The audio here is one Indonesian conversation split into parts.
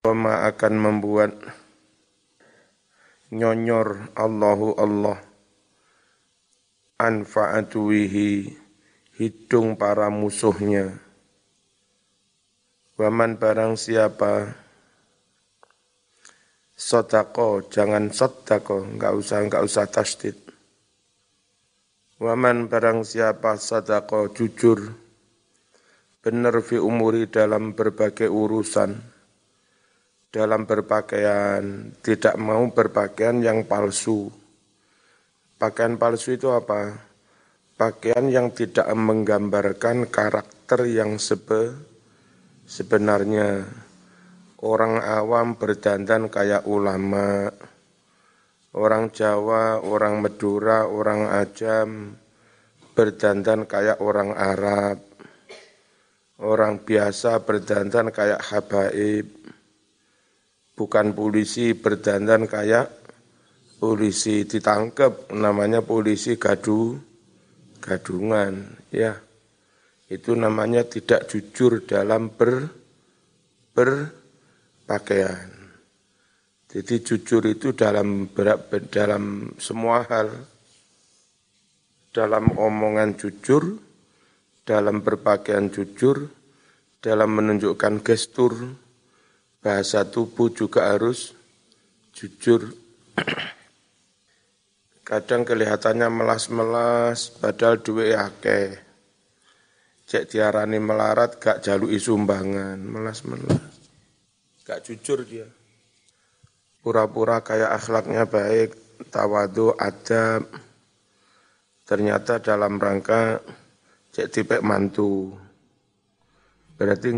Wama akan membuat nyonyor Allahu Allah anfa'atuwihi hidung para musuhnya. Waman barang siapa sodako, jangan sodako, enggak usah tasdid. Waman barang siapa sodako jujur, benar fi umuri dalam berbagai urusan, dalam berpakaian, tidak mau berpakaian yang palsu. Pakaian palsu itu apa? Pakaian yang tidak menggambarkan karakter yang sebenarnya. Orang awam berdandan kayak ulama, orang Jawa, orang Madura, orang Ajam berdandan kayak orang Arab, orang biasa berdandan kayak habaib. Bukan polisi berdandan kayak polisi ditangkap, namanya polisi gadungan, ya. Itu namanya tidak jujur dalam berpakaian. Jadi jujur itu dalam semua hal, dalam omongan jujur, dalam berpakaian jujur, dalam menunjukkan gestur, bahasa tubuh juga harus jujur. Kadang kelihatannya melas-melas, padahal duwe akeh. Cek diarani melarat, gak jaluki sumbangan, melas-melas. Gak jujur dia. Pura-pura kayak akhlaknya baik, tawadu, adab. Ternyata dalam rangka cek tipek mantu. Berarti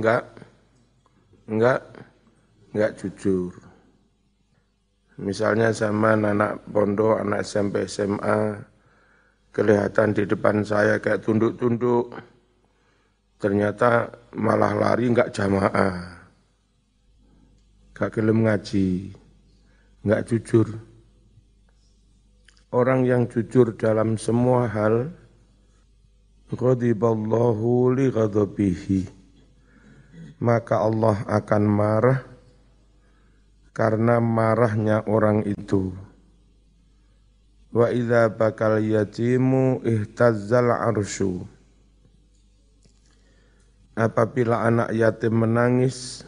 enggak jujur. Misalnya zaman anak pondok, anak SMP, SMA, kelihatan di depan saya kayak tunduk-tunduk, ternyata malah lari enggak jamaah, enggak gelem ngaji, enggak jujur. Orang yang jujur dalam semua hal, ghadiballahu li ghadabihi, maka Allah akan marah karena marahnya orang itu. Wa idza bakal yatimu ihtazzal arsyu. Apabila anak yatim menangis,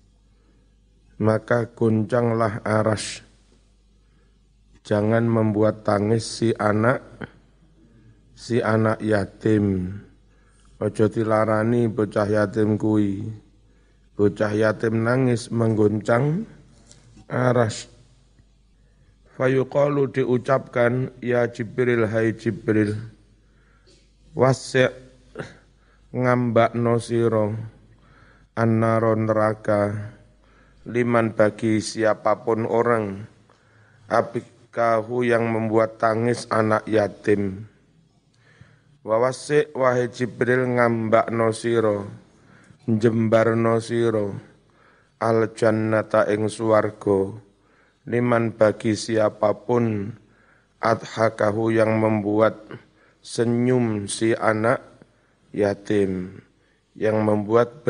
maka goncanglah arasy. Jangan membuat tangis si anak yatim. Ojo dilarani bocah yatim kui. Bocah yatim nangis menggoncang aras. Fayuqalu diucapkan, ya Jibril, hai Jibril, wasi' ngambakno sira annaro neraka liman bagi siapapun orang abikahu yang membuat tangis anak yatim. Wawasi' wahai Jibril ngambakno sira njembarno sira al jannata ing swarga liman bagi siapapun adhakahu yang membuat senyum si anak yatim, yang membuat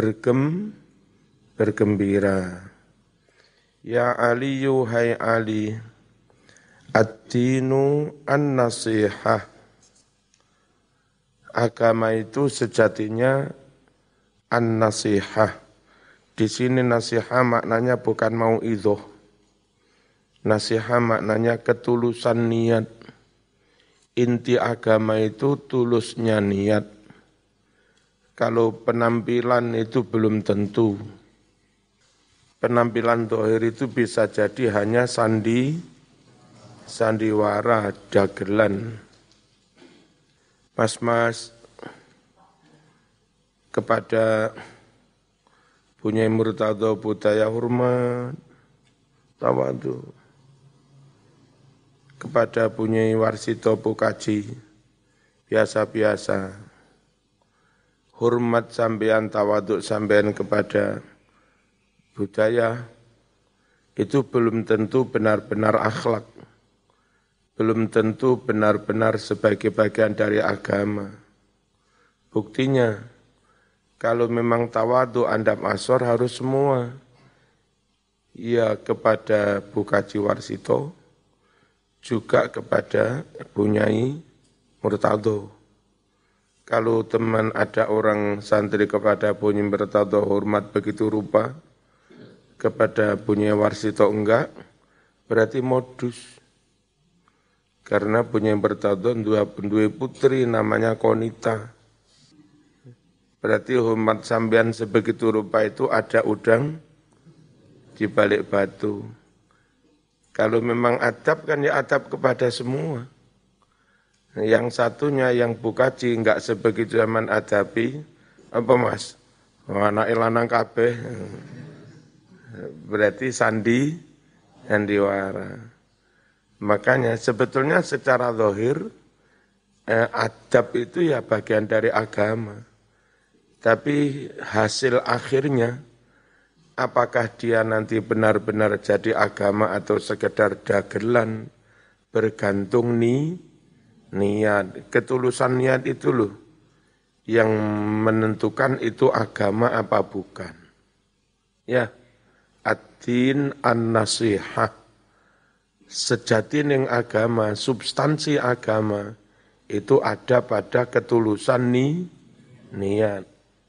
bergembira. Ya Aliyu hai Ali, ad-dinu an-nasihah. Agama itu sejatinya an-nasihah. Di sini nasihat maknanya bukan mauidhah. Nasihat maknanya ketulusan niat. Inti agama itu tulusnya niat. Kalau penampilan itu belum tentu. Penampilan zahir itu bisa jadi hanya sandiwara, dagelan. Mas-mas, kepada punya murtado budaya hormat, tawadu. Kepada punya warsito pukaji, biasa-biasa. Hormat sampean, tawadu sampean kepada budaya, itu belum tentu benar-benar akhlak. Belum tentu benar-benar sebagai bagian dari agama. Buktinya, kalau memang tawadu andap asor harus semua. ya kepada Bu Kaji Warsito, juga kepada Bu Nyai Murtado. Kalau teman ada orang santri kepada Bu Nyai Murtado hormat begitu rupa, kepada Bu Nyai Warsito enggak, berarti modus. Karena Bu Nyai Murtado dua putri namanya Konita. Berarti hormat sampean sebegitu rupa itu ada udang di balik batu. Kalau memang adab kan ya adab kepada semua. Yang satunya yang bukaji enggak sebegitu zaman adabi, apa mas? Oh, anak lanang kabeh. Berarti sandiwara. Makanya sebetulnya secara zahir adab itu ya bagian dari agama. Tapi hasil akhirnya apakah dia nanti benar-benar jadi agama atau sekedar dagelan, bergantung niat. Ketulusan niat itu loh yang menentukan itu agama apa bukan. Ya, ad-din an-nasihah. Sejati ning agama, substansi agama itu ada pada ketulusan niat.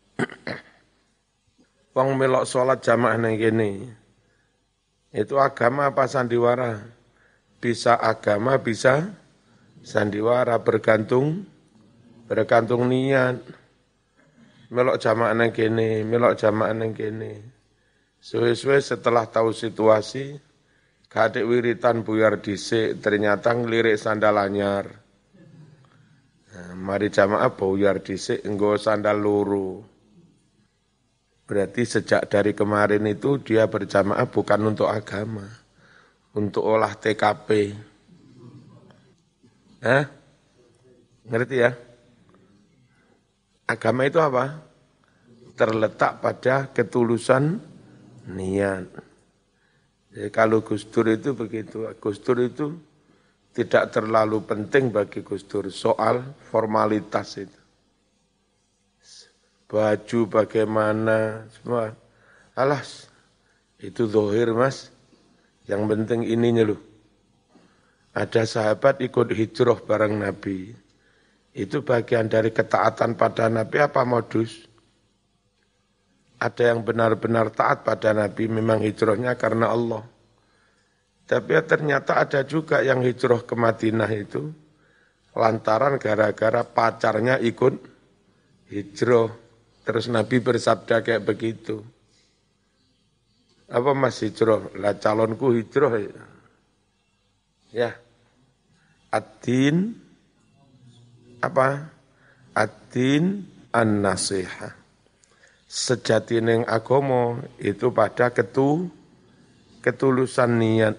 Wong melok sholat jamaah nang kene. Itu agama apa sandiwara? Bisa agama, bisa sandiwara, bergantung niat. Melok jamaah nang kene, Suwe-suwe setelah tahu situasi, gak wiritan buyar dhisik, ternyata ngelirik sandal anyar. Nah, mari jamaah buyar dhisik nggo sandal loro. Berarti sejak dari kemarin itu dia berjamaah bukan untuk agama, untuk olah TKP. Ngerti ya? Agama itu apa? Terletak pada ketulusan niat. Jadi kalau Gus Dur itu begitu, Gus Dur itu tidak terlalu penting bagi Gus Dur soal formalitas itu. Baju bagaimana, semua. Alas, itu zahir mas. Yang penting ininya loh. Ada sahabat ikut hijrah bareng Nabi. Itu bagian dari ketaatan pada Nabi apa modus? Ada yang benar-benar taat pada Nabi, memang hijrahnya karena Allah. Tapi ternyata ada juga yang hijrah ke Madinah itu, lantaran gara-gara pacarnya ikut hijrah. Terus Nabi bersabda kayak begitu. Apa mas hijrah? Lah calonku hijrah ya. Ya. Ad-din apa? Ad-din an-nasihah. Sejati ning agama itu pada ketulusan niat.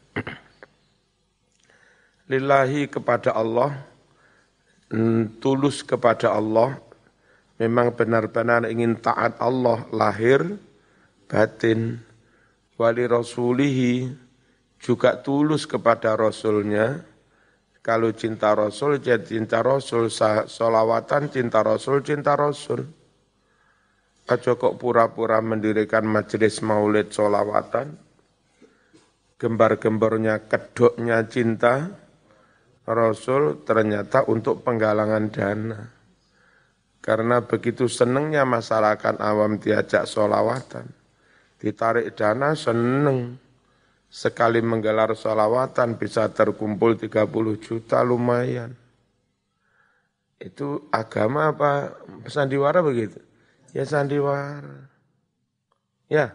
Lillahi kepada Allah, tulus kepada Allah, memang benar-benar ingin taat Allah lahir batin. Wali rasulihi juga tulus kepada Rasulnya. Kalau cinta Rasul jadi cinta Rasul, sholawatan cinta Rasul, Aja kok pura-pura mendirikan majelis maulid sholawatan, gembar-gembornya kedoknya cinta Rasul ternyata untuk penggalangan dana. Karena begitu senengnya masyarakat awam diajak sholawatan, ditarik dana seneng. Sekali menggelar sholawatan bisa terkumpul 30 juta, lumayan. Itu agama apa sandiwara begitu? Ya sandiwara. Ya.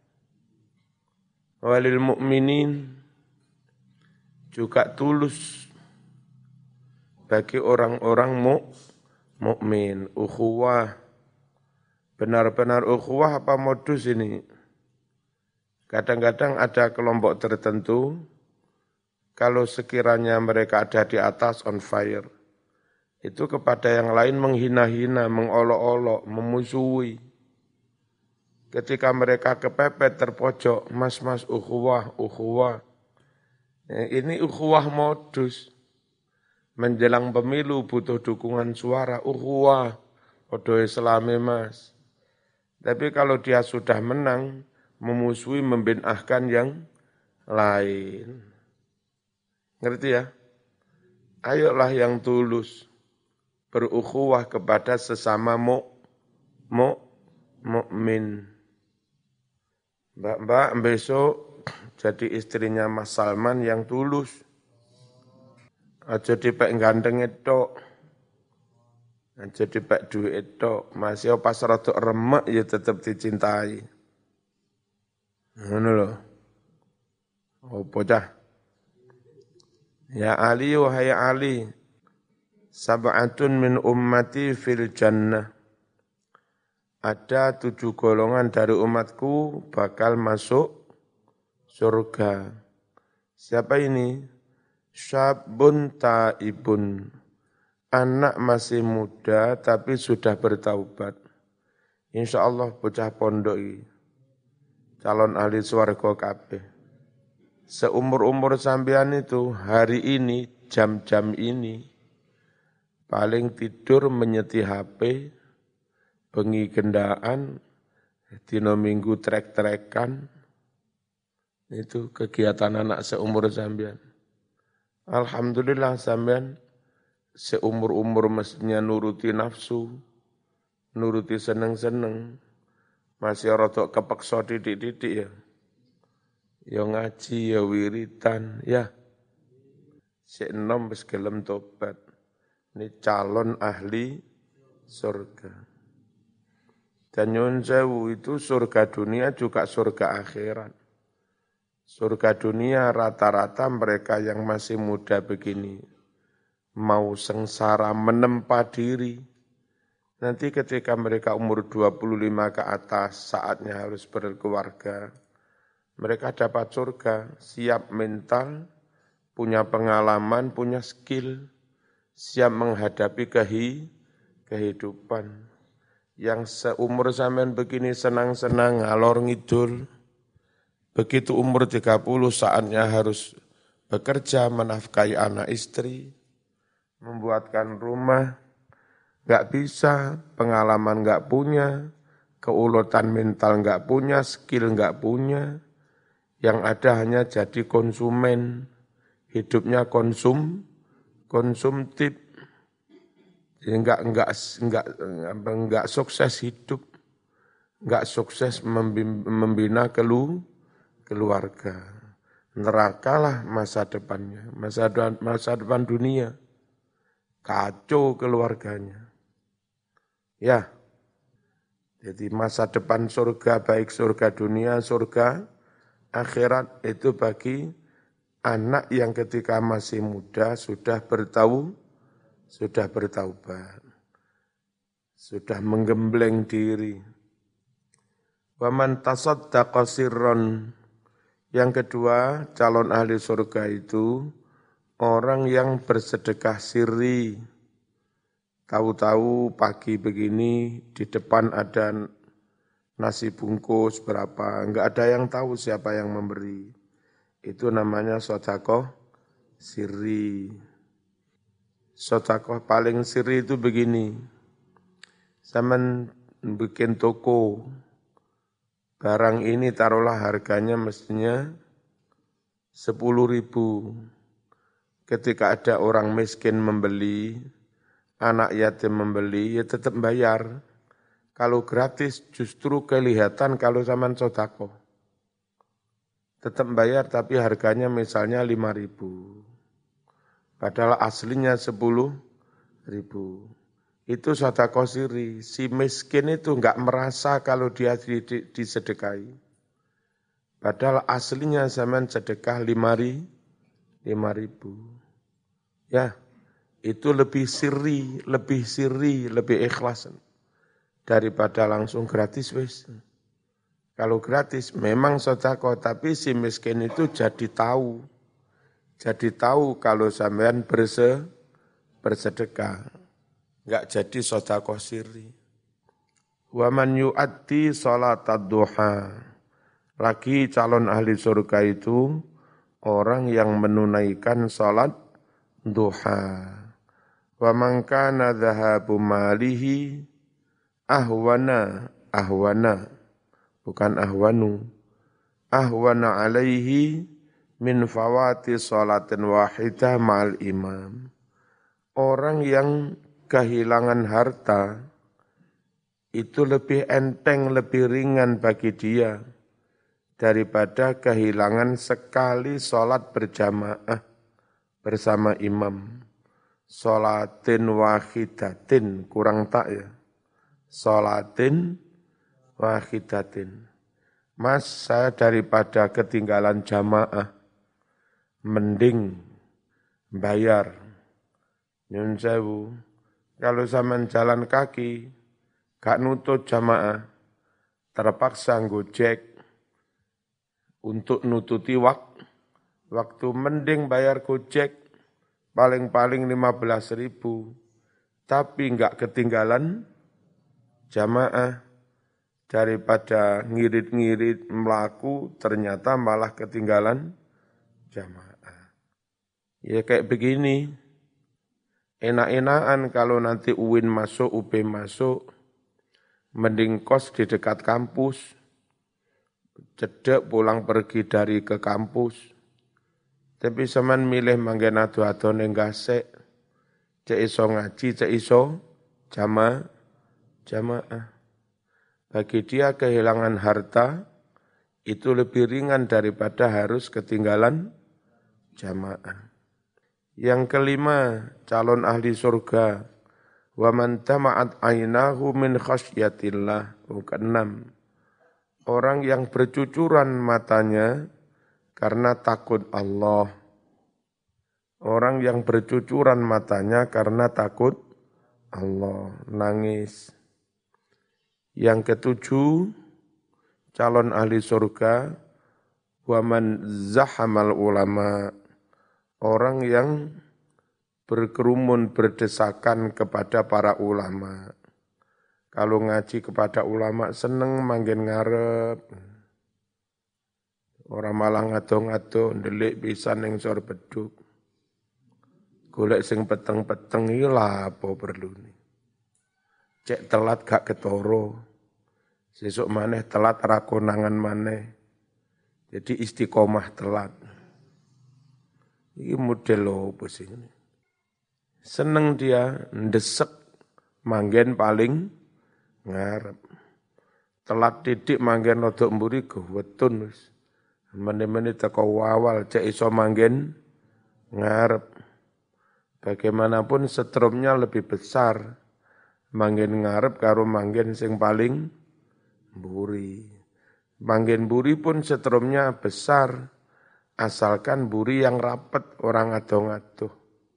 Walil mu'minin juga tulus bagi orang-orang mukmin, ukhuwah. Benar-benar ukhuwah apa modus ini? Kadang-kadang ada kelompok tertentu, kalau sekiranya mereka ada di atas on fire, itu kepada yang lain menghina-hina, mengolok-olok, memusuhi. Ketika mereka kepepet terpojok, mas-mas ukhuwah. Ini ukhuwah modus. Menjelang pemilu butuh dukungan suara, ukhuwah, podo Islami mas. Tapi kalau dia sudah menang, memusuhi, membid'ahkan yang lain. Ngerti ya? Ayolah yang tulus berukhuwah kepada sesama mukmin. Mbak besok jadi istrinya Mas Salman yang tulus. Aja dipek ganteng itu. Aja dipek duit itu. Masih pas rada remek ya tetap dicintai. Ngono lho. Opo dah? Ya Ali, wahai Ali, sab'atun min ummati fil jannah. Ada 7 golongan dari umatku bakal masuk surga. Siapa ini? Syabun taibun. Anak masih muda tapi sudah bertaubat. Insya Allah bocah pondok ini. Calon ahli swarga kabeh. Seumur-umur sampean itu hari ini, jam-jam ini, paling tidur menyeti HP, bengi gendaan, dino minggu trek-trekan, itu kegiatan anak seumur sampean. Alhamdulillah sampean seumur-umur mestinya nuruti nafsu, nuruti seneng-seneng, masih rotok kepeksa didik-didik ya. Ya ngaji, ya wiritan, ya. Sik enom wis gelem tobat. Ini calon ahli surga. Dan nyun sewu itu surga dunia juga surga akhirat. Surga dunia rata-rata mereka yang masih muda begini, mau sengsara menempa diri. Nanti ketika mereka umur 25 ke atas, saatnya harus berkeluarga. Mereka dapat surga, siap mental, punya pengalaman, punya skill, siap menghadapi kehidupan. Yang seumur sampean begini senang-senang, ngalor ngidul. Begitu umur 30 saatnya harus bekerja, menafkahi anak istri, membuatkan rumah, nggak bisa, pengalaman nggak punya, keuletan mental nggak punya, skill nggak punya. Yang ada hanya jadi konsumen, hidupnya konsumtif, jadi enggak sukses hidup, enggak sukses membina keluarga. Nerakalah masa depannya, masa depan dunia, kacau keluarganya. Ya, jadi masa depan surga, baik surga dunia, surga akhirat itu bagi anak yang ketika masih muda sudah bertaubat, sudah menggembleng diri. Wa man tasaddaqa sirron. Yang kedua, calon ahli surga itu orang yang bersedekah sirri. Tahu-tahu pagi begini di depan ada nasi bungkus berapa, enggak ada yang tahu siapa yang memberi. Itu namanya sedekah sirri. Sedekah paling sirri itu begini. Zaman bikin toko, barang ini taruhlah harganya mestinya 10.000. Ketika ada orang miskin membeli, anak yatim membeli, ya tetap bayar. Kalau gratis justru kelihatan kalau zaman sedekah. Tetap bayar tapi harganya misalnya 5.000. Padahal aslinya 10.000. Itu sedekah sirri. Si miskin itu enggak merasa kalau dia disedekahi. Padahal aslinya zaman sedekah 5.000. Ya, itu lebih sirri, lebih ikhlas daripada langsung gratis wis. Kalau gratis memang sedekah, tapi si miskin itu jadi tahu kalau sampean bersedekah, enggak jadi sedekah sirri. Wa man yu'addi salatad duha. Lagi calon ahli surga itu orang yang menunaikan salat duha. Wa man kana dhahabu malihi ahwana, bukan ahwanu. ahwana alaihi min fawati sholatin wahidah ma'al imam. Orang yang kehilangan harta itu lebih enteng, lebih ringan bagi dia daripada kehilangan sekali sholat berjamaah bersama imam. Sholatin wahidatin, kurang tak ya? Sholatin wahidatin. Mas, saya daripada ketinggalan jamaah, mending bayar. Nyun sewu, kalau sampean jalan kaki, gak nutut jamaah, terpaksa gojek untuk nututi waktu mending bayar gojek paling-paling 15.000, tapi enggak ketinggalan jamaah daripada ngirit-ngirit melaku ternyata malah ketinggalan jamaah. Ya kayak begini, enak-enakan kalau nanti UIN masuk, UB masuk, mending kos di dekat kampus, cedek pulang pergi dari ke kampus. Tapi semen milih manggen adu-adu ning gasek, cek iso ngaji, cek iso jamaah. Bagi dia kehilangan harta itu lebih ringan daripada harus ketinggalan jamaah. Yang kelima, calon ahli surga. Wa man tama'at ainahu min khasyatillah. Keenam, orang yang bercucuran matanya karena takut Allah. Orang yang bercucuran matanya karena takut Allah, nangis. Yang ketujuh, calon ahli surga, wa man zahamal ulama, orang yang berkerumun berdesakan kepada para ulama. Kalau ngaji kepada ulama seneng manggen ngarep. Orang malah ngado-ngado ndelik pisan ning sor beduk. Golek sing peteng-peteng iki lha apa perlune. Cek telat gak ketoro. Sesuk maneh telat ra konangan maneh. Jadi istiqomah telat. Iki model opo sih ini? Seneng dia ndesek manggen paling ngarep. Telat didik manggen rodok mburi wetun wis. Meneh-meneh teko awal cek iso manggen ngarep. Bagaimanapun setrumnya lebih besar manggen ngarep karo manggen sing paling mburi. Manggen mburi pun setrumnya besar asalkan mburi yang rapet orang ado-ado.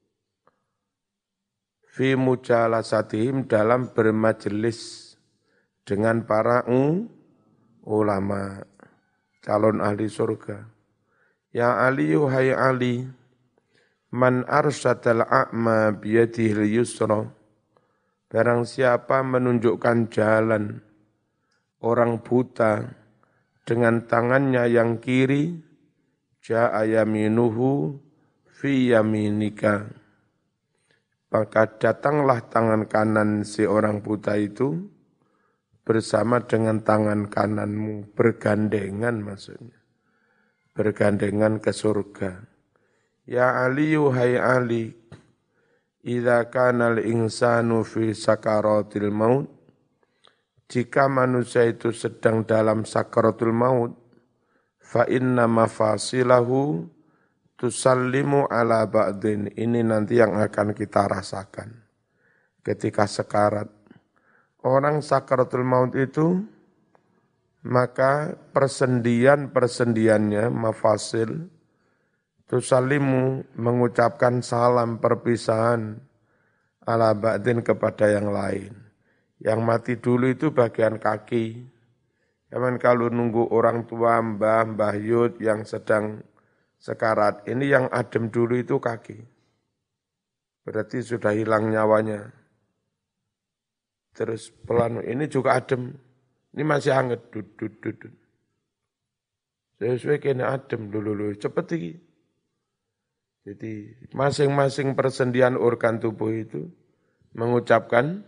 Fi mujalasatihim, dalam bermajelis dengan para ulama, calon ahli surga. Ya Ali, hai Ali, man arsyadal a'ma biyadihil yusra, barang siapa menunjukkan jalan orang buta dengan tangannya yang kiri, ja'a yaminuhu fi yaminika, maka datanglah tangan kanan si orang buta itu bersama dengan tangan kananmu, bergandengan maksudnya. Bergandengan ke surga. Ya Ali, hai Ali, idza kana al-insanu fi sakaratil maut, jika manusia itu sedang dalam sakaratul maut, fa inna mafasilahu tusallimu ala ba'din. Ini nanti yang akan kita rasakan ketika sekarat. Orang sakaratul maut itu, maka persendiannya, mafasil, tusallimu, mengucapkan salam perpisahan, ala ba'din, kepada yang lain. Yang mati dulu itu bagian kaki. Cuman kalau nunggu orang tua, mbah yud yang sedang sekarat, ini yang adem dulu itu kaki. Berarti sudah hilang nyawanya. Terus pelan, ini juga adem. Ini masih hangat. Dudut. Sesuai kena adem dulu. Cepet ini. Jadi masing-masing persendian organ tubuh itu mengucapkan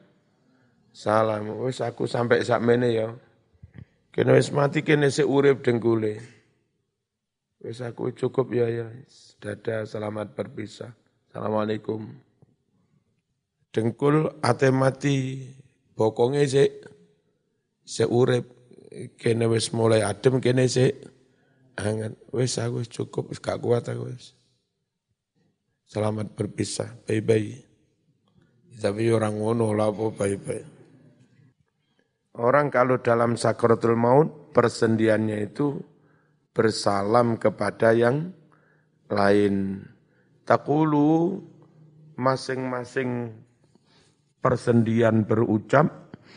salam. Wis aku sampai sakmene ya. Kene wis mati kene sik urip dengkule. Wis aku cukup ya. Dadah, selamat berpisah. Assalamualaikum. Dengkul ate mati, bokonge sik urip, kene wis mulai adem, kene sik hangat. Wis aku cukup, wis gak kuat aku wis. Selamat berpisah, bye-bye. Tapi orang ngono lah apa bye-bye. Orang kalau dalam sakaratul maut, persendiannya itu bersalam kepada yang lain. Taqulu, masing-masing persendian berucap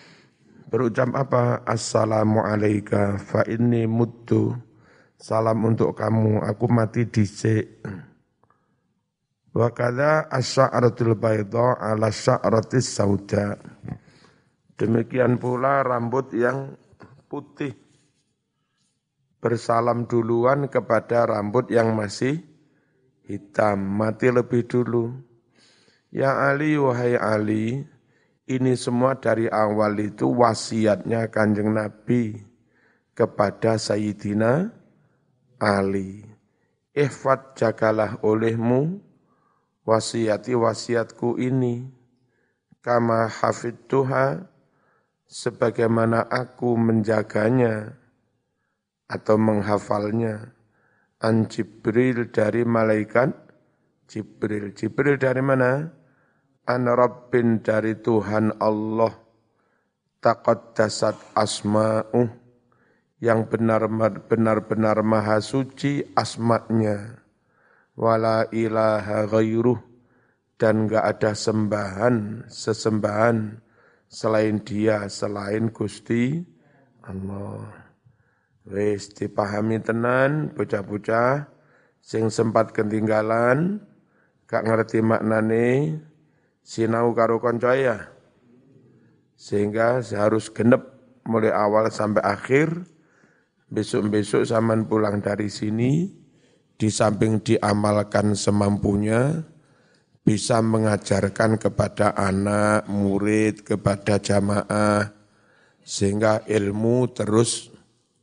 apa? Assalamu alayka fa inni muttu. Salam untuk kamu, aku mati dhisik. Wa kadza asy'aratul bayda ala sya'ratis sauda. Demikian pula rambut yang putih bersalam duluan kepada rambut yang masih hitam, mati lebih dulu. Ya Ali, wahai Ali, ini semua dari awal itu wasiatnya Kanjeng Nabi kepada Sayyidina Ali. Ihfad, jagalah olehmu wasiatku ini, kama hafidtuha, sebagaimana aku menjaganya atau menghafalnya, an Jibril, dari malaikat Jibril. Jibril dari mana? An Rabbin, dari Tuhan Allah, taqaddasat asma'uh, yang benar-benar maha suci asma'nya, wala ilaha ghairuh, dan enggak ada sesembahan selain dia, selain Gusti Allah. Wis dipahami tenan bocah-bocah sing sempat ketinggalan, gak ngerti maknane, sinau karo kanca ya. Sehingga harus genep mulai awal sampai akhir. Besok-besok sampean pulang dari sini, di samping diamalkan semampunya, bisa mengajarkan kepada anak, murid, kepada jamaah, sehingga ilmu terus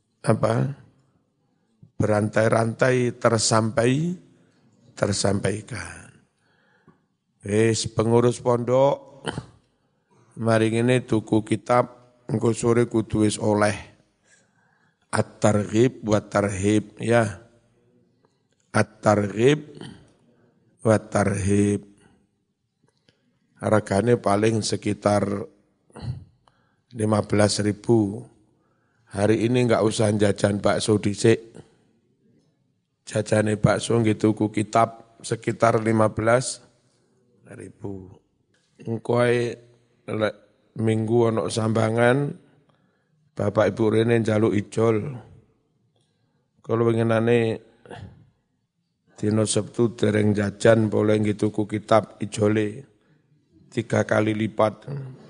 berantai-rantai tersampaikan. Pengurus pondok, mari ngene tuku kitab, engko sore kudu wis oleh At-Targhib wa Tarhib ya. At-Targhib wa Tarhib. Harganya paling sekitar 15.000. Hari ini enggak usah jajan bakso dhisik. Jajane bakso nggih tuku kitab sekitar 15.000. Engko minggu ana sambangan, Bapak Ibu rene njaluk ijol. Kalau pengenane dina Sabtu dereng jajan boleh nggih tuku kitab ijole 3 kali lipat.